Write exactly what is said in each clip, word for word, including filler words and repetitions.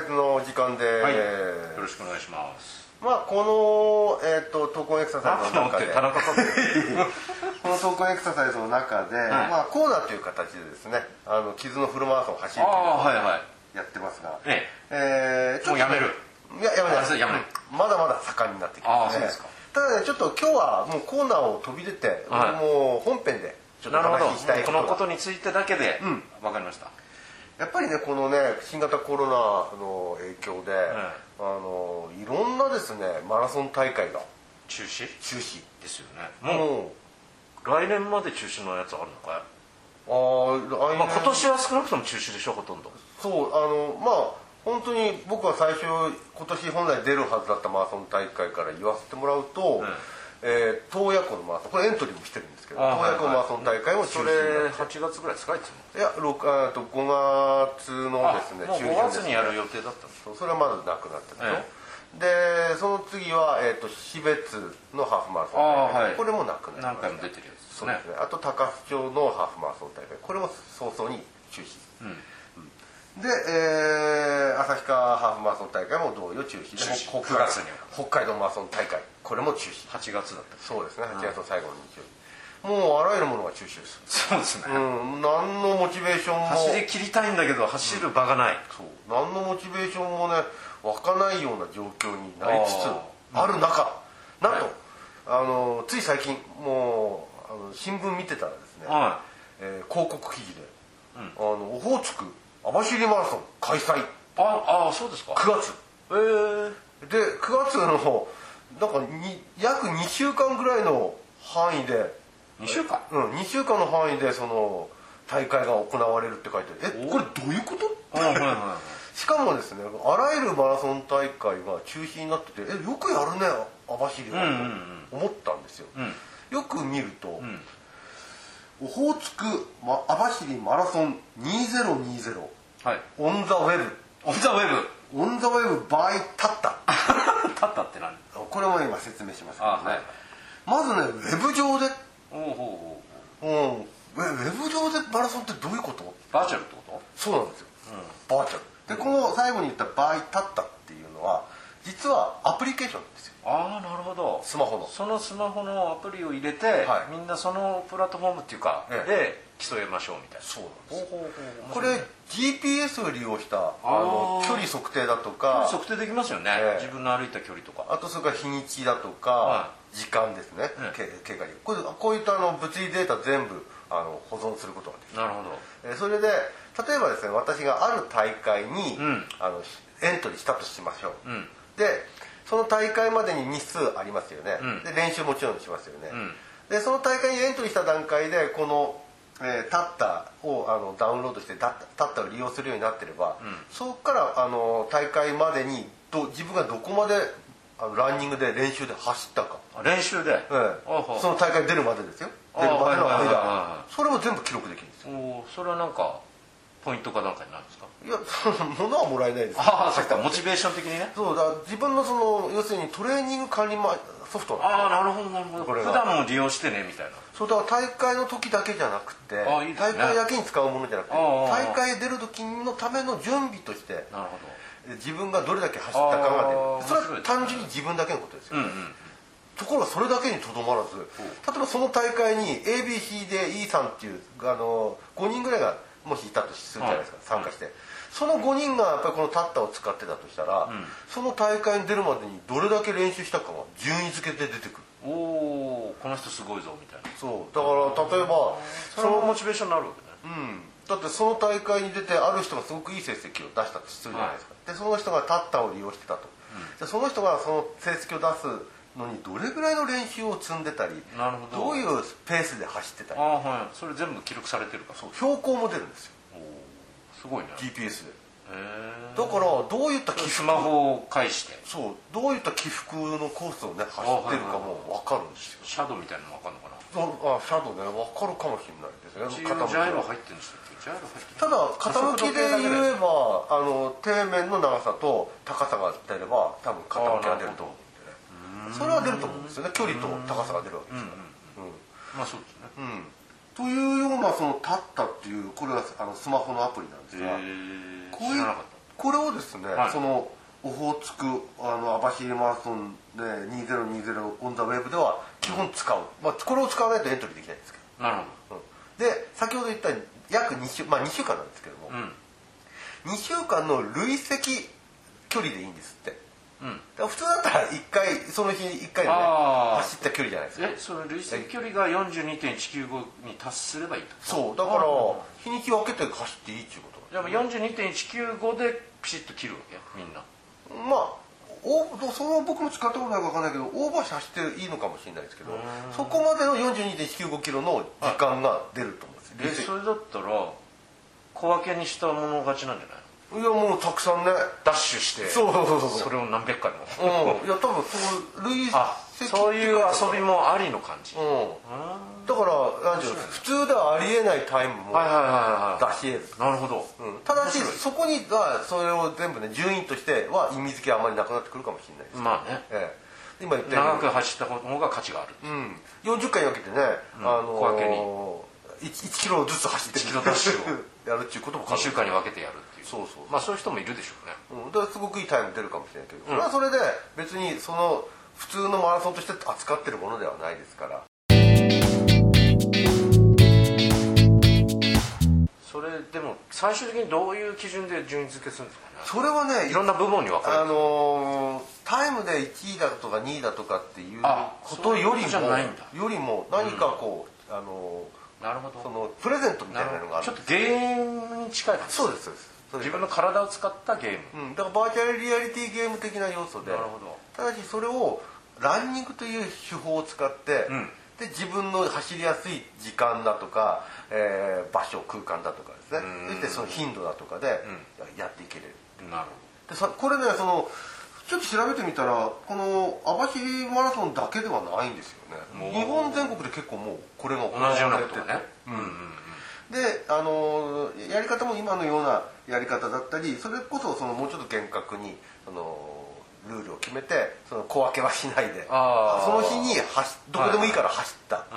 イズの時間で、 はい、よろしくお願いします。 まあこの、えー、とトークンエクササイズの中で田中さんこのトークンエクササイズの中で、はい、まあ、コーナーという形でですね、あの傷のフルマラソンを走るというのをやってますが、 ええー、 もうやめるいややめない、 やめるまだまだ盛んになってきますね。ただね、ちょっと今日はもうコーナーを飛び出て、はい、もう本編でちょっと話したいことこのことについてだけで、うん、分かりました。 やっぱりね、このね新型コロナの影響で、うん、あのいろんなですねマラソン大会が中止中止ですよね。もう来年まで中止のやつあるのかい？ああ、来年、まあ、今年は少なくとも中止でしょ、ほとんど。 そうあのまあ本当に僕は最初今年本来出るはずだったマラソン大会から言わせてもらうと、うん、えー、洞爺湖のマラソン、これエントリーもしてるんですけど、洞爺湖マラソン大会も中止になって、 それはちがつぐらいですか？いつも。 いやろくあとごがつのですね、 もうごがつにやる予定だったんですか？ それはまだなくなってるでしょ、ええ、でその次は、えー、と標津のハーフマラソン大会、はい、これもなくなりました。 何回も出てるやつですね。 そうですね。あと高須町のハーフマラソン大会、これも早々に中止、うんで、えー、旭川ハーフマラソン大会も同様中止で、 くがつに北海道マラソン大会、これも中止。 はちがつだった。 そうですね、はちがつの最後の日曜日、もうあらゆるものが中止です。 そうですね、 うん、何のモチベーションも走り切りたいんだけど走る場がない、うん、 そう何のモチベーションもね湧かないような状況になりつつある中、うん、なんと、はい、あのつい最近もうあの新聞見てたらですね、はい、えー、広告記事で、うん、あのオホーツク網走マラソン開催。 ああ、そうですか。 くがつ、えー、でくがつのなんかに約にしゅうかんぐらいの範囲でにしゅうかん、 うん、にしゅうかんの範囲でその大会が行われるって書いてある。え、これどういうこと？はいはいはい、しかもですね、あらゆるマラソン大会が中止になってて、え、よくやるね網走は、うんうんうん、思ったんですよ、うん、よく見ると、うん、オホーツク網走マラソンにせんにじゅう、はい、オンザウェブオンザウェブオンザウェブ by タッタタッタって何？ これも今説明しますけどね、はい、まずねウェブ上でおうほうほう、うん、ウェブ上でマラソンってどういうこと？ バーチャルってこと？ そうなんですよ、うん、バーチャルで、この最後に言ったバイタッタっていうのは実はアプリケーションなんですよ。 ああ、なるほど。 スマホのそのスマホのアプリを入れて、はい、みんなそのプラットフォームっていうか、ええ、で競いましょうみたいな。 そうなんです。ほうほうほう。これ ジーピーエス を利用したあの距離測定だとか測定できますよね、ええ、自分の歩いた距離とか、 あとそれから日にちだとか、はい、時間ですね、経過にこれこういったあの物理データ全部あの保存することができる。 なるほど。 えそれで例えばですね、私がある大会に、うん、あのエントリーしたとしましょう、うん、でその大会までに日数ありますよね、うん、で練習もちろんしますよね、うん、でその大会にエントリーした段階でこの、えー、タッタをあのダウンロードしてタッタを利用するようになってれば、うん、そこからあの大会までにど自分がどこまであのランニングで練習で走ったか、 練習で、 えー、その大会に出るまでですよ、出るまでの間、それも全部記録できるんですよ。 おそれはなんかポイントかなんかになるんですか？ いや、物はもらえないです。 ああ、そうか、モチベーション的にね。 そうだ、自分のその要するにトレーニング管理ソフトなんですよ。 ああ、なるほどなるほど。普段も利用してねみたいな。 そうだから大会の時だけじゃなくて、いい、ね、大会だけに使うものじゃなくて、大会出る時のための準備として、なるほど、自分がどれだけ走ったかが出る。それは単純に自分だけのことですよ。うんうん、ところがそれだけにとどまらず、例えばその大会に エービーシー で イー さんっていうあのごにんぐらいがもしいたとするじゃないですか、はい、参加して、そのごにんがやっぱりこのタッタを使ってたとしたら、うん、その大会に出るまでにどれだけ練習したかが順位付けで出てくる。 おお、この人すごいぞみたいな。 そうだから例えばそのモチベーションになるわけね。 うん、だってその大会に出てある人がすごくいい成績を出したとするじゃないですか、はい、でその人がタッタを利用してたと、うん、でその人がその成績を出すのにどれぐらいの練習を積んでたり、なるほど、どういうペースで走ってたり、あ、 はい、それ全部記録されてるか。 そう、標高も出るんですよ。 おすごいね、 ジーピーエス で。へだからどういった起伏、 スマホを介して、 そうどういった起伏のコースをね走ってるかも分かるんですよ。 シャドウみたいなの分かるのかな。 あ、シャドウね、分かるかもしれないですね。 ジャイロ入ってるんですよ。ジャイロ入ってる。 ただ傾きで言えばあの底面の長さと高さが出れば多分傾きが出ると思うんでね、それは出ると思うんですよね。距離と高さが出るわけですから。うん、 まあそうですね。うん。 というようなそのタッタっていうこれはあのスマホのアプリなんですが、こういうこれをですね、はい、そのオホーツクあの網走マラソンでにせんにじゅうオンザウェブでは基本使う、まあ、これを使わないとエントリーできないんですけど、 なるほど、 うん、で先ほど言った約2週、まあ、にしゅうかんなんですけども、うん、にしゅうかんの累積距離でいいんですって、うん、だから普通だったらいっかいその日いっかいでね走った距離じゃないですか。 えその累積距離が よんじゅうにてんいちきゅうご に達すればいいと。 そうだから日にち分けて走っていいっていうこと。 でも よんじゅうにてんいちきゅうご でピシッと切るわけみんな。 まあおその僕も使ったことないか分かんないけどオーバーして走っていいのかもしれないですけど、そこまでの よんじゅうにてんいちきゅうご キロの時間が出ると思うんです。 えそれだったら小分けにしたもの勝ちなんじゃない？ いやもうたくさんねダッシュしてそうそうそうそうそれを何百回も、 うん、いや多分そう累積そういう遊びもありの感じ、うん、 だから何ていうの普通ではありえないタイムも出し得る。 なるほど、 うん、ただしそこにはそれを全部ね順位としては意味付けはあまりなくなってくるかもしれないです。 まあね、 ええ、今言った長く走った方が価値がある、 うん、よんじゅっかいに分けてね、うん、あのー、 小分けにいち, いちキロずつ走っていちキロダッシュをやるっていうこともにしゅうかんに分けてやるっていう。 そうそうまあそういう人もいるでしょうね、 うん、だからすごくいいタイム出るかもしれないけど、それはそれで別にその普通のマラソンとして扱ってるものではないですから。 それでも最終的にどういう基準で順位付けするんですかね。 それはねいろんな部門に分かれる、 あのー、タイムでいちいだとかにいだとかっていうことよりもよりも何かこう、うん、あのー、 なるほど、 そのプレゼントみたいなのがある。 ちょっとゲームに近い感じ。 そうですそうです。 自分の体を使ったゲーム、 うん、だからバーチャルリアリティゲーム的な要素で、 なるほど、 ただしそれをランニングという手法を使って、うん、で自分の走りやすい時間だとか、えー、場所空間だとかですね、そしてその頻度だとかでやっていけれる、 うん、なるほど。でさこれねそのちょっと調べてみたらこの網走マラソンだけではないんですよね。日本全国で結構もうこれが行われてて、ね、うんうんうん、であのやり方も今のようなやり方だったり、それこそそのもうちょっと厳格にそのルールを決めてその小分けはしないで、その日に走どこでもいいから走った、はい、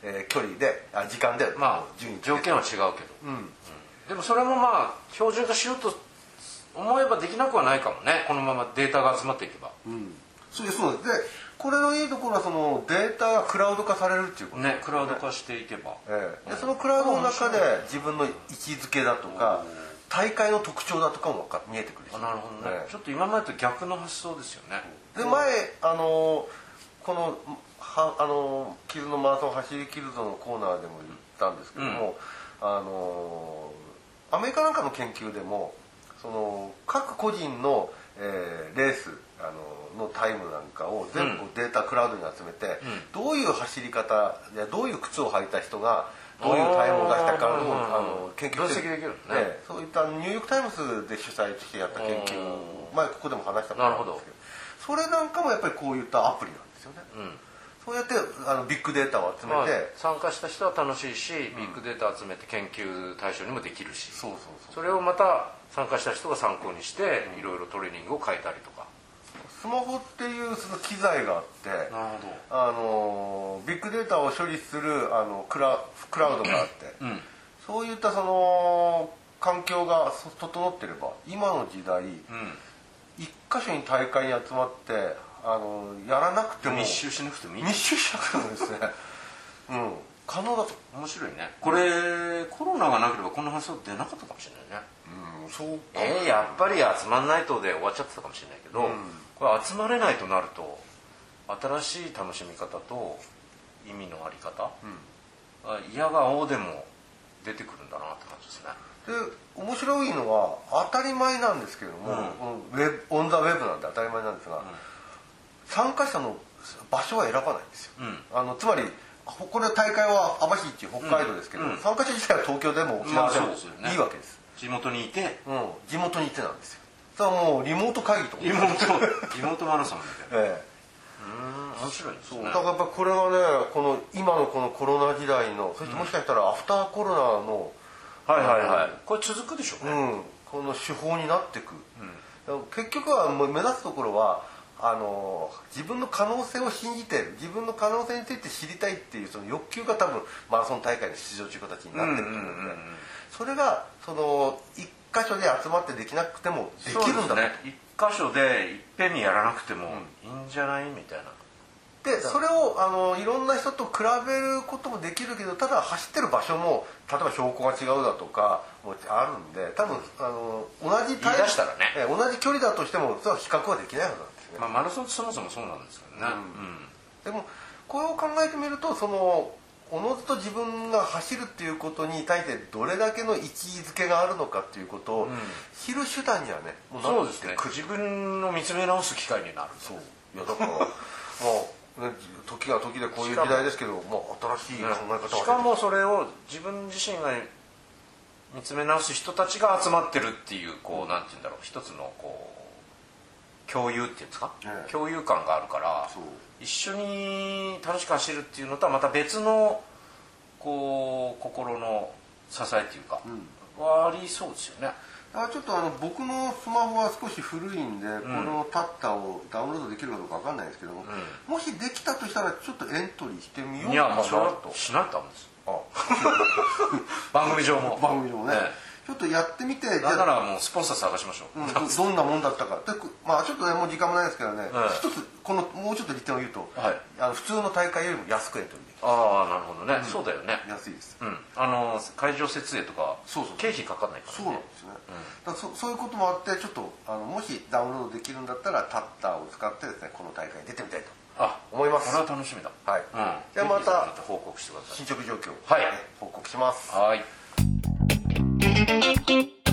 えー、距離であ時間でまあ順位条件は違うけど、うんうん、でもそれもまあ標準化しようと思えばできなくはないかもね。このままデータが集まっていけば、 うん、そうですそうです。でこれのいいところはそのデータがクラウド化されるっていうことね。クラウド化していけば、 ええ、でそのクラウドの中で自分の位置づけだとか大会の特徴だとかも見えてくるし。 あ、なるほどね、ええ、ちょっと今までと逆の発想ですよね。 で前あのこのはあのキルのマラソン走りきるぞのコーナーでも言ったんですけども、うん、あのアメリカなんかの研究でもその各個人の、えー、レースあののタイムなんかを全部データクラウドに集めて、うん、どういう走り方やどういう靴を履いた人がどういうタイムを出したかをあの研究して分析できるね、 ね、そういったニューヨーク・タイムズで主催してやった研究を前ここでも話したことあるんですけど、それなんかもやっぱりこういったアプリなんですよね、うん、そうやってあのビッグデータを集めて、まあ、 参加した人は楽しいし、ビッグデータを集めて研究対象にもできるし、 そうそうそう、 それをまた参加した人が参考にしていろいろトレーニングを変えたりとか。 スマホっていうその機材があって、 なるほど、 あのビッグデータを処理するあのクラ、クラウドがあって、うん、そういったその環境が整ってれば今の時代、うん、一箇所に大会に集まってあのやらなくても密集しなくてもいい、 密集しなくてもですね、うん、可能だと。 面白いねこれ、うん、コロナがなければこの発想出なかったかもしれないね。 うん、そうか、 えー、やっぱり集まんないとで終わっちゃってたかもしれないけど、うん、これ集まれないとなると新しい楽しみ方と意味のあり方、うん、嫌がおうでも出てくるんだなって感じですね。 で面白いのは当たり前なんですけども、うん、ウェブオン・ザ・ウェブなんで当たり前なんですが、うん、参加者の場所は選ばないんですよ、うん、あのつまりこれ大会は網走っていう北海道ですけど、うん、参加者自体は東京でも沖縄でもいいわけです、 地元にいて、 うん、地元にいてなんですよ。それはもうリモート会議とかリモートリモートマラソンみたいな、ええ、うん面白いですね。 そうだからやっぱこれはねこの今のこのコロナ時代のそしてもしかしたらアフターコロナの、 うん、はいはいはいこれ続くでしょうね、 うん、この手法になっていく、うん、結局はもう目指すところはあの自分の可能性を信じてる自分の可能性について知りたいっていうその欲求が多分マラソン大会に出場という形になってると思うので、それがそのいっ箇所で集まってできなくてもできるんだね。一箇所でいっぺんにやらなくてもいいんじゃないみたいな。 でそれをあのいろんな人と比べることもできるけど、ただ走ってる場所も例えば標高が違うだとかもあるんで、多分あの同じ言い出したらね、 え同じ距離だとしてもそれは比較はできないはずなんですね。 まあ、マラソンってそもそもそうなんですけどね、 うんうん、でもこれを考えてみると、そのおのずと自分が走るっていうことに対してどれだけの位置づけがあるのかっていうことを知る手段にはね、 もうそうですね、自分を見つめ直す機会になる。 そういやだからもう、ね、時が時でこういう時代ですけど、もう新しい考え方は、 しかもそれを自分自身が見つめ直す人たちが集まってるっていう、こうなんていうんだろう、一つのこう共有っていうんですか、ね、共有感があるから、一緒に楽しく走るっていうのとはまた別のこう心の支えっていうか、うん、はありそうですよね。 あ、ちょっとあの僕のスマホは少し古いんで、うん、このタッタをダウンロードできるかどうか分かんないですけども、うん、もしできたとしたらちょっとエントリーしてみようかなと。いや、まあ、それはしないとダメです。あ番組上も番組上もね、ね、ちょっとやってみて、 だからもうスポンサー探しましょう、うん、 どんなもんだったかで、まあちょっとねもう時間もないですけどね、はい、一つこのもうちょっと利点を言うと、はい、あの普通の大会よりも安くエントリーできる。 ああ、なるほどね、うん、そうだよね、 安いです、 うん、あの会場設営とかそうそう経費かかんないからね。 そうなんですね、うん、だから そ, そういうこともあって、ちょっとあのもしダウンロードできるんだったらタッターを使ってですね、この大会に出てみたいとあ思います。これは楽しみだ。 はい、うん、じゃあまた報告してください。 進捗状況を、 はい、 報告します。 はい。